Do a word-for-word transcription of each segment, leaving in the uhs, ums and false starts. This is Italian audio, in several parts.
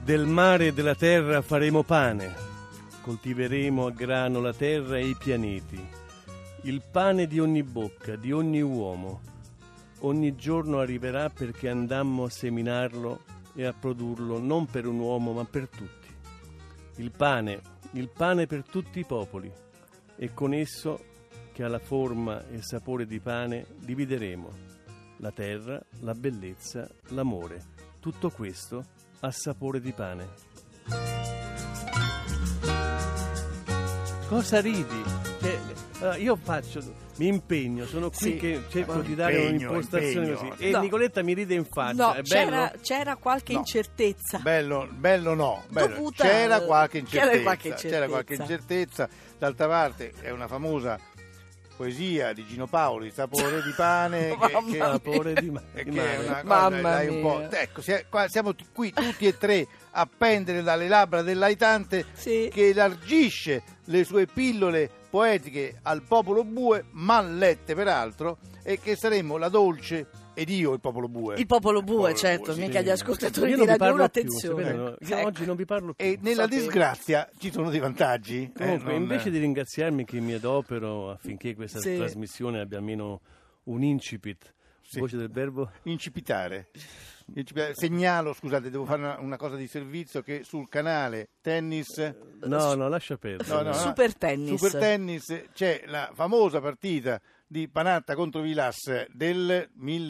Del mare e della terra faremo pane, coltiveremo a grano la terra e i pianeti, il pane di ogni bocca, di ogni uomo. Ogni giorno arriverà perché andammo a seminarlo e a produrlo non per un uomo ma per tutti. Il pane, il pane per tutti i popoli, e con esso, che ha la forma e il sapore di pane, divideremo la terra, la bellezza, l'amore. Tutto questo ha sapore di pane. Cosa ridi? Che, allora, io faccio, mi impegno, sono qui sì, che cerco di dare impegno, un'impostazione impegno. Così. E no. Nicoletta mi ride in faccia. No, È c'era, bello? c'era qualche no. incertezza. Bello, bello no. Bello. Dovuta, c'era, qualche incertezza, c'era qualche incertezza. C'era qualche incertezza. D'altra parte è una famosa poesia di Gino Paoli, Sapore di pane, che, che, sapore di, ma- che di mare. È una cosa, Mamma dai, un po'. Ecco, siamo qui tutti e tre a pendere dalle labbra dell'aitante sì. che elargisce le sue pillole poetiche al popolo bue, mal lette peraltro, e che saremo la dolce ed io il popolo bue. Il popolo bue, popolo certo, bue, mica sì. gli ascoltatori io di non vi Radio uno, parlo più, attenzione. sapete, no? Io Ecco. oggi non vi parlo più. E nella Sapevo. disgrazia ci sono dei vantaggi. Comunque, eh, non... invece di ringraziarmi che mi adopero affinché questa sì. trasmissione abbia almeno un incipit, Sì. voce del verbo incipitare. Segnalo, scusate, devo fare una, una cosa di servizio, che sul canale Tennis no no lascia perdere no, no, no, Super Tennis Super Tennis c'è la famosa partita di Panatta contro Vilas del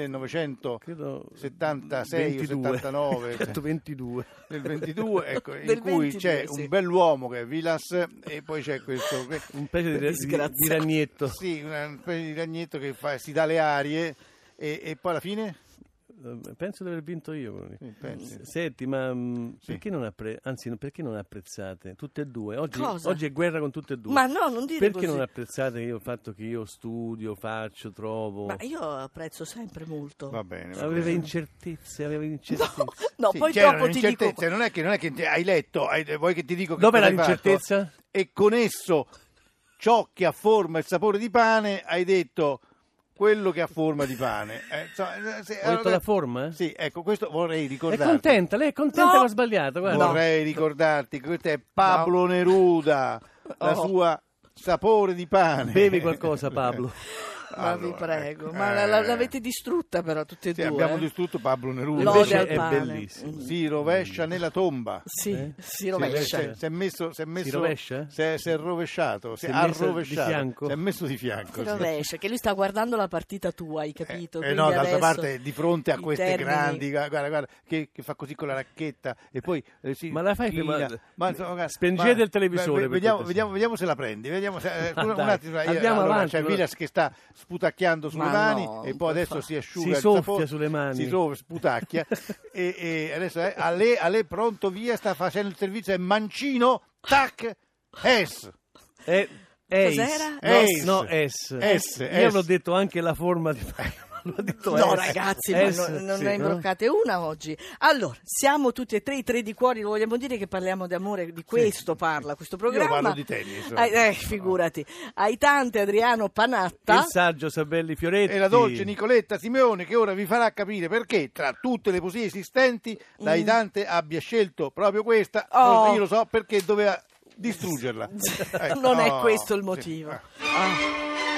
millenovecentosettantasei o settantanove ventidue del ventidue, ecco, Del in cui ventidue, c'è sì. un bell'uomo che è Vilas e poi c'è questo un pezzo di, di, di ragnetto sì, una specie di ragnetto che fa, si dà le arie e, e poi alla fine penso di aver vinto io. Sì, senti, ma mh, sì. perché non appre- anzi perché non apprezzate tutte e due? Oggi, Cosa? oggi è guerra con tutte e due. Ma no, non dire perché così. non apprezzate io il fatto che io studio, faccio, trovo? Ma io apprezzo sempre molto. va bene, va aveva bene. incertezze, aveva incertezze. No, no Sì, poi c'erano dopo ti dico. incertezze, non è che non è che hai letto, hai, vuoi che ti dico che Dov'è cosa la hai fatto? incertezza? E con esso ciò che ha forma e sapore di pane, hai detto quello che ha forma di pane. Eh, insomma, se, Ho detto la forma? Eh? Sì, ecco, questo vorrei È ricordarti. contenta, lei è contenta No. che ho sbagliato, guarda. Vorrei ricordarti che questo è Pablo Neruda, la Oh. sua Sapore di pane. Bevi qualcosa, Pablo. Ma Allora, vi prego, ecco, ma eh. la- l'avete distrutta però tutte e Sì, due. abbiamo eh? distrutto Pablo Neruda. Lode Invece al è pane. bellissimo. Si rovescia nella tomba. Sì, Eh? si rovescia. Si, si è messo, si è messo, Si rovescia? Si è, si è rovesciato, si Si è è messo di arrovesciato, fianco? si è messo di fianco. Si sì. rovescia, che lui sta guardando la partita tua, hai capito? Eh, Quindi no, d'altra adesso parte di fronte a i queste termini- grandi, guarda, guarda, che, che fa così con la racchetta e poi eh, si Ma la fai china. prima- Ma, insomma, guarda, spengete ma- il televisore, beh, per Vediamo, cortesia. vediamo, vediamo se la prendi. Vediamo se, eh, Ah, un dai, attimo, io- andiamo allora, avanti, c'è allora. Vilas che sta sputacchiando sulle Ma mani no, e non poi adesso fa- si asciuga Si il soffia sapore, sulle mani. si soffia, sputacchia e, e adesso è a lei, a lei pronto via, sta facendo il servizio, è mancino, tac, es. È Ace. Cos'era? No, Ace. no, S. S, Io S. l'ho detto anche la forma di... l'ho detto No S. ragazzi, ma S, non, non sì, ne no? imbroccate una oggi. Allora, siamo tutti e tre i tre di cuori, lo vogliamo dire che parliamo di amore, di questo parla questo programma. Io parlo di tennis. Ah, eh, figurati. Aitante Adriano Panatta. Il saggio Sabelli Fioretti. E la dolce Nicoletta Simeone, che ora vi farà capire perché tra tutte le poesie esistenti l'Aitante abbia scelto proprio questa. Oh. Io lo so perché doveva distruggerla. Ecco, Non è no, questo il sì. motivo. Ah. Ah.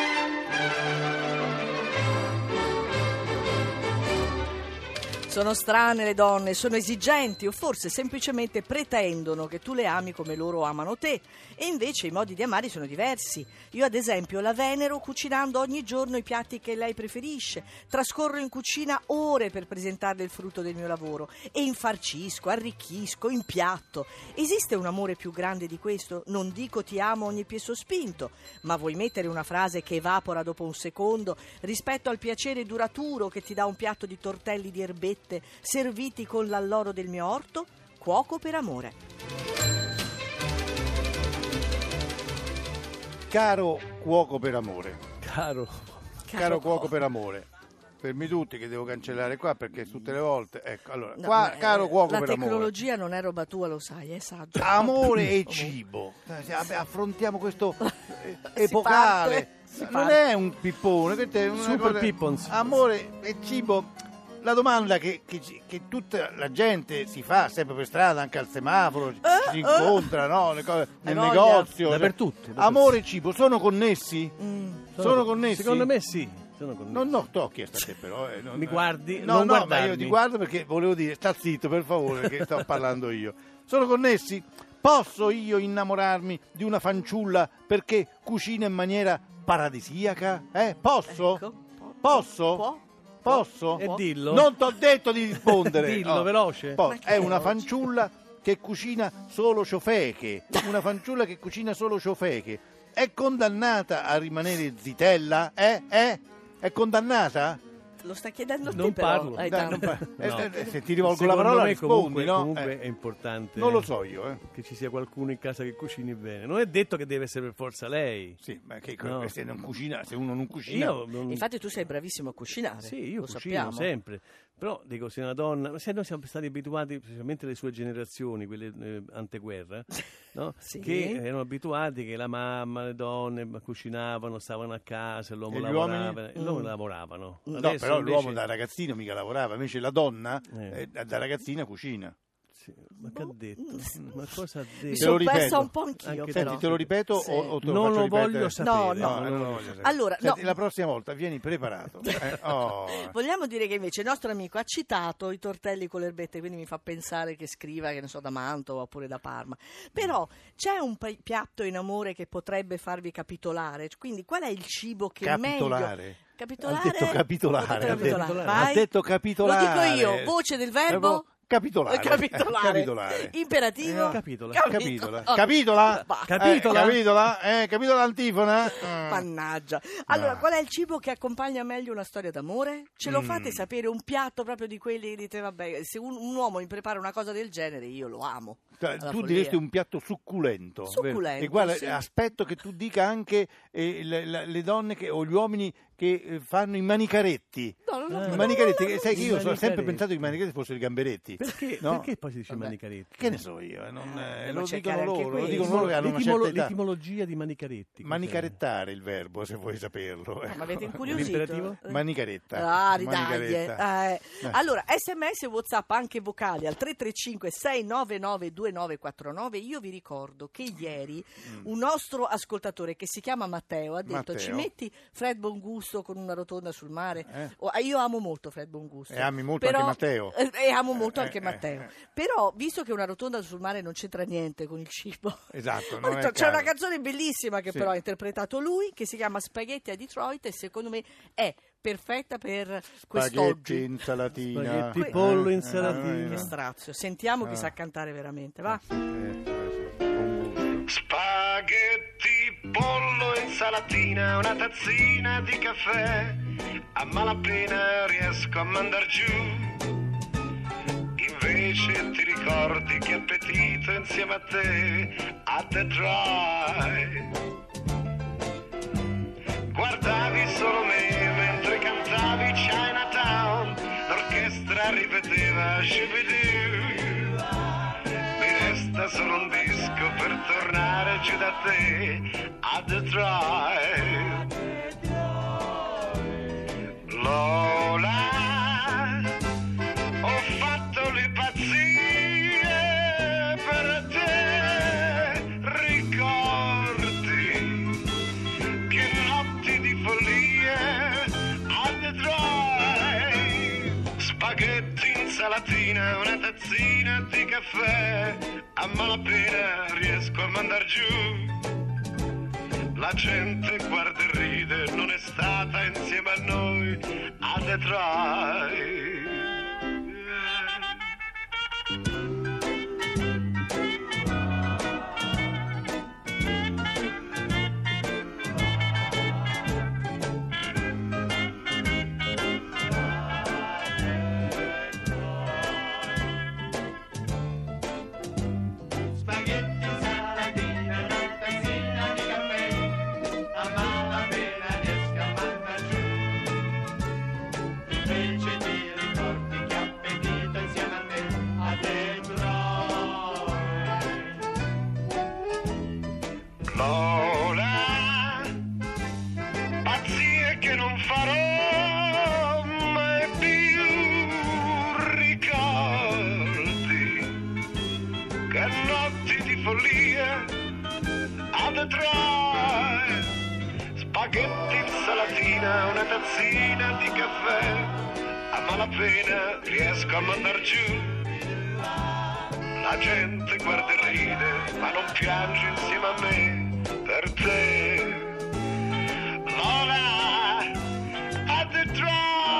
Sono strane le donne, sono esigenti o forse semplicemente pretendono che tu le ami come loro amano te. E invece i modi di amare sono diversi. Io ad esempio la venero cucinando ogni giorno i piatti che lei preferisce. Trascorro in cucina ore per presentarle il frutto del mio lavoro e infarcisco, arricchisco, impiatto. Esiste un amore più grande di questo? Non dico ti amo ogni piè sospinto, ma vuoi mettere una frase che evapora dopo un secondo rispetto al piacere duraturo che ti dà un piatto di tortelli di erbette serviti con l'alloro del mio orto? Cuoco per amore. Caro cuoco per amore, Caro. caro, Caro cuoco per amore, fermi tutti che devo cancellare qua perché tutte le volte, ecco, allora, No, qua, ma, eh, caro cuoco la per amore. tecnologia non è roba tua, lo sai, è saggio. Amore e cibo. Eh, affrontiamo questo eh, Si epocale. parte, si Non parte. è un pippone, questa è una Super cosa- pippons. Amore e cibo. la domanda che, che, che tutta la gente si fa sempre per strada, anche al semaforo, ci Eh, si eh. incontra, no? Le cose, nel voglia. negozio. Dappertutto, dappertutto. Amore e cibo sono connessi? Mm. Sono connessi? Secondo me sì. Sono connessi. No, no, te l'ho chiesto a te però. Eh, non- Mi guardi? No, Non no, ma guardarmi. io ti guardo perché volevo dire, sta zitto per favore, perché sto parlando io. Sono connessi? Posso io innamorarmi di una fanciulla perché cucina in maniera paradisiaca? Eh, posso? Ecco. Posso? Può? Posso? E dillo. Non t'ho detto di rispondere. Dillo, Oh. veloce. Po- Ma che è una veloce? fanciulla che cucina solo ciofeche. Una fanciulla che cucina solo ciofeche. È condannata a rimanere zitella? Eh? Eh? È condannata? Lo sta chiedendo a te Non però. parlo. Dai, Dai, tanto. non pa- eh, No. eh, se ti rivolgo Secondo la parola me rispondi, comunque, no? comunque Eh, è importante. non lo so io, eh. Che ci sia qualcuno in casa che cucini bene. Non è detto che deve essere per forza lei. Sì, ma che No. se non cucina, se uno non cucina. Io non- Infatti tu sei bravissimo a cucinare. Sì, io lo cucino sappiamo. sempre. Però dico, se una donna, se noi siamo stati abituati, specialmente le sue generazioni, quelle eh, anteguerra, no? Sì. Che erano abituati che la mamma, le donne cucinavano, stavano a casa, l'uomo E gli lavorava, uomini? e loro Mm. lavoravano. No, Adesso però invece- l'uomo da ragazzino mica lavorava, invece la donna Eh. eh, da ragazzina cucina. Sì, ma che ha detto? Mm. Ma cosa ha Mi detto? Te lo sono persa ripeto. un po' anch'io. Anche però. Senti, te lo ripeto Sì. o, o te lo Non faccio lo ripetere? voglio sapere. No, no. No, non non lo lo voglio voglio sapere. Allora, Senti, no. la prossima volta vieni preparato. Eh, oh. Vogliamo dire che invece il nostro amico ha citato i tortelli con le erbette, quindi mi fa pensare che scriva, che ne so, da Mantova oppure da Parma. Però c'è un pi- piatto in amore che potrebbe farvi capitolare? Quindi qual è il cibo che meglio... Capitolare. Capitolare? Ha detto capitolare. Ha detto Ha detto- capitolare. ha Vai. detto capitolare. Lo dico io, voce del verbo? Capitolare. Capitolare. Capitolare. Imperativo? Eh, capitola. Capitola. Oh. Capitola? Va. Capitola? Eh, capitola? Eh, capitola l'antifona? Mm. Mannaggia. Allora, Ah. qual è il cibo che accompagna meglio una storia d'amore? Ce lo Mm. fate sapere, un piatto proprio di quelli che dite, vabbè, se un, un uomo mi prepara una cosa del genere, io lo amo. Cioè, Alla tu follia. diresti un piatto succulento. Succulento, vero? E guarda, sì. aspetto che tu dica anche eh, le, le- le donne che, o gli uomini che eh, fanno i manicaretti. No, no, no, Eh. no, I manicaretti, no, no, che sai che io I so- ho sempre manicaretti. pensato che i manicaretti fossero i gamberetti. Perché, No? perché poi si dice Vabbè, manicaretti? Che ne so io, eh, non, eh, Eh, lo ma cercare dicono anche loro, lo questo. dicono loro che hanno una L'etimolo- certa età. L'etimologia di manicaretti. cos'è? Manicarettare il verbo, se vuoi saperlo. Ma ecco. avete incuriosito? L'imperativo? Manicaretta. Ah, ridaglie. Manicaretta. Eh. Allora, sms e WhatsApp anche vocali al tre tre cinque sei nove nove due nove quattro nove. Io vi ricordo che ieri un nostro ascoltatore che si chiama Matteo ha detto: Matteo. ci metti Fred Bongusto con una rotonda sul mare? Eh. Oh, io amo molto Fred Bongusto. E ami molto Però- anche Matteo. eh, E amo molto Eh, anche eh, Matteo. eh. Però, visto che una rotonda sul mare non c'entra niente con il cibo, Esatto, ho non detto, è c'è caro. una canzone bellissima che Sì. però ha interpretato lui, che si chiama Spaghetti a Detroit, e secondo me è perfetta per Spaghetti, quest'oggi. insalatina. Spaghetti, Que- pollo, Eh, insalatina. Che strazio. Sentiamo chi Ah. sa cantare veramente, va? Eh, adesso, con gusto. Spaghetti, pollo, insalatina, una tazzina di caffè. A malapena riesco a mandar giù. Invece ti ricordi che appetito insieme a te a Detroit. Guardavi solo me mentre cantavi Chinatown. L'orchestra ripeteva Shibidoo. Mi resta solo un disco per tornare giù da te a Detroit. Lola, ho fatto le pazzie per te. Ricordi che notti di follie a Detroit. Spaghetti, insalatina, una tazzina di caffè. A malapena riesco a mandar giù. La gente guarda e ride, non è stata insieme a noi a Detroit. Spaghetti, salatina, una tazzina di caffè, a malapena riesco a mandar giù. Invece ti ricordi che appetito insieme a te a Detroit. Lola, pazzie che non farò mai più. a Detroit. Spaghetti, insalatina, una tazzina di caffè, a malapena riesco a mandar giù. La gente guarda e ride, ma non piange insieme a me per te. Vola a Detroit.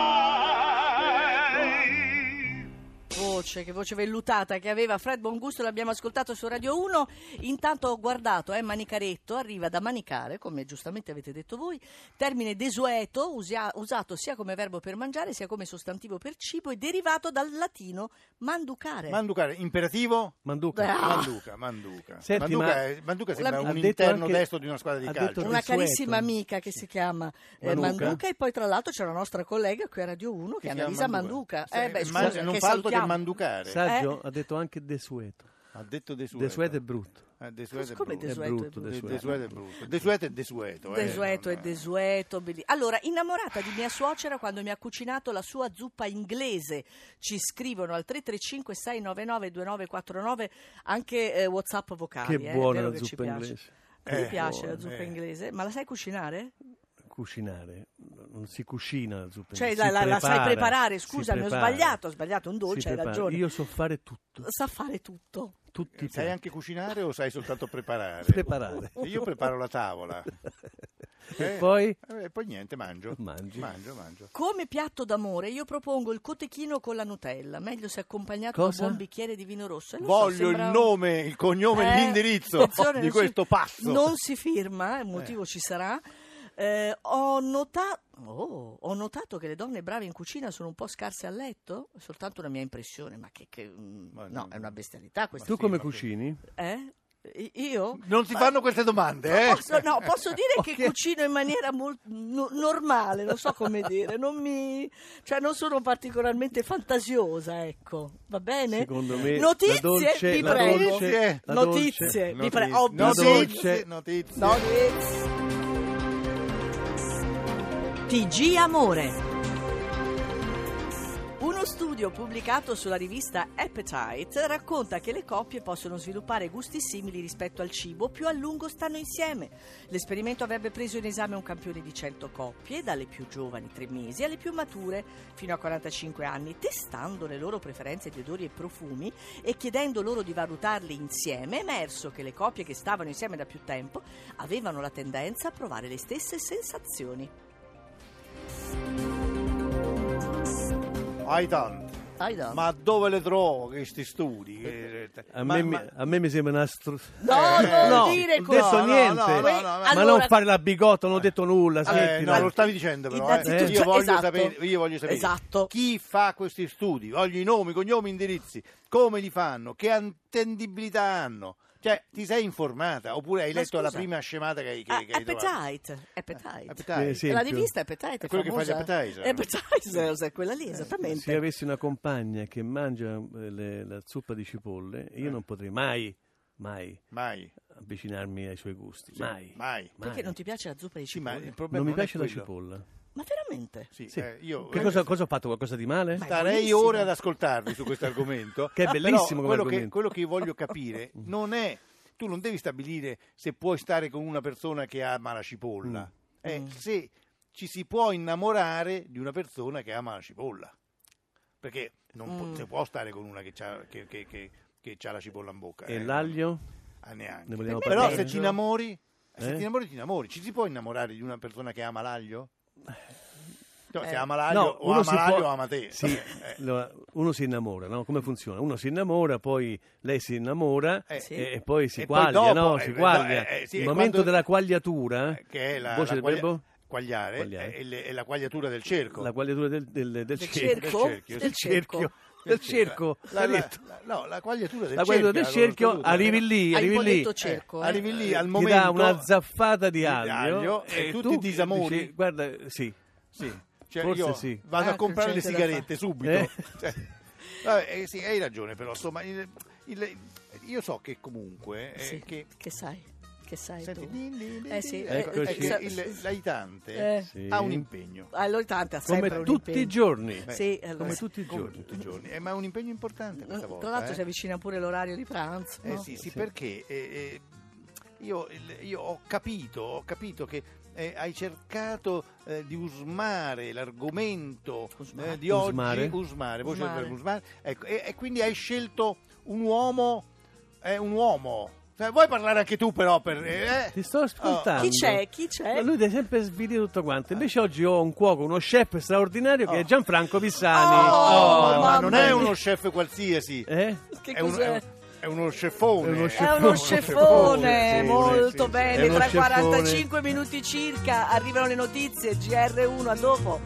Voce, che voce vellutata che aveva Fred Bongusto, l'abbiamo ascoltato su Radio uno. Intanto ho guardato, eh, manicaretto arriva da manicare, come giustamente avete detto voi, termine desueto, usia, usato sia come verbo per mangiare sia come sostantivo per cibo e derivato dal latino manducare. Manducare, imperativo? Manduca. Ah. Manduca, Manduca. Senti, Manduca, ma- è- Manduca sembra La- un ha detto interno anche- destro di una squadra di ha calcio. detto Una Desueto. carissima amica che si chiama eh, Manduca. Manduca, e poi tra l'altro c'è la nostra collega qui a Radio uno che è si chiama Annalisa Manduca. Sì, Eh, beh, ma- scusa, non che fa altro che salutiamo. manducare. Saggio ha detto anche desueto. Ha detto desueto. Desueto è brutto. Eh, desueto è Come brutto. desueto? brutto, è brutto? desueto. Desueto è brutto. Desueto è desueto. eh, Desueto e non- desueto, belli- allora, innamorata di mia suocera quando mi ha cucinato la sua zuppa inglese. Ci scrivono al tre tre cinque sei nove nove due nove quattro nove anche eh, WhatsApp vocali. Che eh, è buona vero la che ci zuppa piace. inglese. A te Eh, piace buona, la zuppa eh. inglese? Ma la sai cucinare? Cucinare. Non si cucina la zuppa Cioè, inglese. la, Si la- la sai prepara, preparare? si Scusami, ho prepara. sbagliato, ho sbagliato un Si dolce, hai prepara. ragione. Io so fare tutto. Sa fare tutto. Tutti i Sai piatti. anche cucinare o sai soltanto preparare? Preparare. Io preparo la tavola. E poi E poi niente, mangio. Mangi. Mangio, mangio. Come piatto d'amore io propongo il cotechino con la Nutella, meglio se accompagnato Cosa? da un buon bicchiere di vino rosso. E lo so, Voglio sembra- il nome, il cognome e Eh, l'indirizzo attenzione, di non si- questo passo. Non si firma, il motivo ci sarà. Eh, ho, nota- oh, ho notato che le donne brave in cucina sono un po' scarse a letto? È soltanto una mia impressione, ma che... che mm, Ma no, no. è una bestialità questa. Tu sì, come ma che- cucini? Eh? I- Io? Non si fanno queste domande, eh? Posso, no, posso dire che Ok. cucino in maniera mol- no- normale, non so come dire, non mi, cioè non sono particolarmente fantasiosa, ecco, va bene? Secondo me Notizie, la dolce, vi la prego. dolce, la Notizie, dolce, vi prego. Ho Notizie, bisogno. notizie. Notizie. T G Amore. Uno studio pubblicato sulla rivista Appetite racconta che le coppie possono sviluppare gusti simili rispetto al cibo più a lungo stanno insieme. L'esperimento avrebbe preso in esame un campione di cento coppie, dalle più giovani tre mesi alle più mature fino a quarantacinque anni, testando le loro preferenze di odori e profumi e chiedendo loro di valutarli insieme. È emerso che le coppie che stavano insieme da più tempo avevano la tendenza a provare le stesse sensazioni. Hai tante. Dai, dai. Ma dove le trovo questi studi? Eh, A, ma- me, ma- mi- a me mi sembra una stru... No, Eh, non no, dire non ho così. detto no, niente. no, no, no, Que- no, ma- Ma allora- non fare la bigotto, non ho detto nulla. Eh, smettila. no, lo stavi dicendo però, eh. Innanzitutto- Io voglio esatto. sapere, io voglio sapere Esatto. chi fa questi studi, voglio i nomi, cognomi, indirizzi, come li fanno, che attendibilità hanno. Cioè, ti sei informata oppure hai Ma letto la scusa. prima scemata che hai, che, Ah, che hai trovato? Appetite, Appetite. Appetite. Eh, sì. La esempio. rivista Appetite è È quello che fa gli famosa. appetizer. Appetizers, è quella lì, esattamente. Se avessi una compagna che mangia eh, le- la zuppa di cipolle, io non potrei mai, mai Mai, avvicinarmi ai suoi gusti. Mai. mai. mai. Perché non ti piace la zuppa di Sì, ma cipolle? il problema Non mi non è piace la quello. cipolla. Ma veramente? Sì, Sì. eh, io Che cosa, cosa ho fatto? Qualcosa di male? Ma è starei buonissimo. ore ad ascoltarvi su questo argomento. Che è Però bellissimo come quello che, argomento. quello che io voglio capire non è, tu non devi stabilire se puoi stare con una persona che ama la cipolla, Mm. è se ci si può innamorare di una persona che ama la cipolla, perché non può- Mm. si può stare con una che ha che, che, che, che c'ha la cipolla in bocca. E eh. l'aglio? Ah, neanche. Ne vogliamo Per me Però parlare? se ti innamori, se Eh? ti innamori ti innamori, ci si può innamorare di una persona che ama l'aglio? No, Eh. se ama l'aglio No, o uno ama si l'aglio può- o ama te. Sì, Eh. allora, uno si innamora, no? Come funziona? Uno si innamora, poi lei si innamora Eh, Sì. e, e poi si E poi quaglia, dopo, no? eh, Si eh, quaglia. eh, eh, sì, Il e momento quando- della quagliatura, Eh, che è la, voce la del quaglia- verbo? quagliare, Quagliare. È, è le- è la quagliatura del cerco. La quagliatura del, del, del, Del cerchio. cerco? del cerchio, Del cerco. Del cerco. La, Hai la- detto? la- no, la quagliatura del La cerchio. quagliatura del l'avevo cerchio, saputo, arrivi eh. lì, Hai un arrivi po' lì, detto cerco, eh. Arrivi lì al ti momento dà una zaffata di di aglio, aglio e tu ti disamori. dici, guarda, sì. Sì. Cioè, Forse io sì. vado Ah, a comprare le c'è niente da sigarette subito. Eh? Cioè, vabbè, eh, sì, hai ragione, però insomma, il- il- io so che comunque eh, Sì. che Che sai? Che sai senti, tu? din, din, din, Eh sì, din, eh, ecco, Eccoci. ecco, il- l'aitante Eh. Sì. ha un impegno. Allora tanto ha sempre Come un tutti impegno. i giorni. Beh, Sì, allora. Come tutti i Come giorni. tutti i giorni, eh, ma è un impegno importante questa volta. Tra l'altro eh. si avvicina pure l'orario di pranzo. Eh no? sì, sì, Sì. perché eh, eh, io, io ho capito, ho capito che eh, hai cercato eh, di usmare l'argomento eh, di oggi, Usmare? usmare, voi Usmare. cercate di usmare, ecco, e, e quindi hai scelto un uomo, eh, un uomo. Cioè, vuoi parlare anche tu però per... Eh? Ti sto ascoltando. Chi c'è? Chi c'è? Lui deve sempre svilire tutto quanto. Invece oggi ho un cuoco, uno chef straordinario che Oh. è Gianfranco Pisani. Oh, ma, ma mamma non è mia. uno chef qualsiasi, Eh? Che è, un, cos'è? è, un, è uno chefone. È uno È uno Chefone, sceffone, sì, molto sì, bene. È uno Tra sceffone. quarantacinque minuti circa arrivano le notizie. G R uno, a dopo.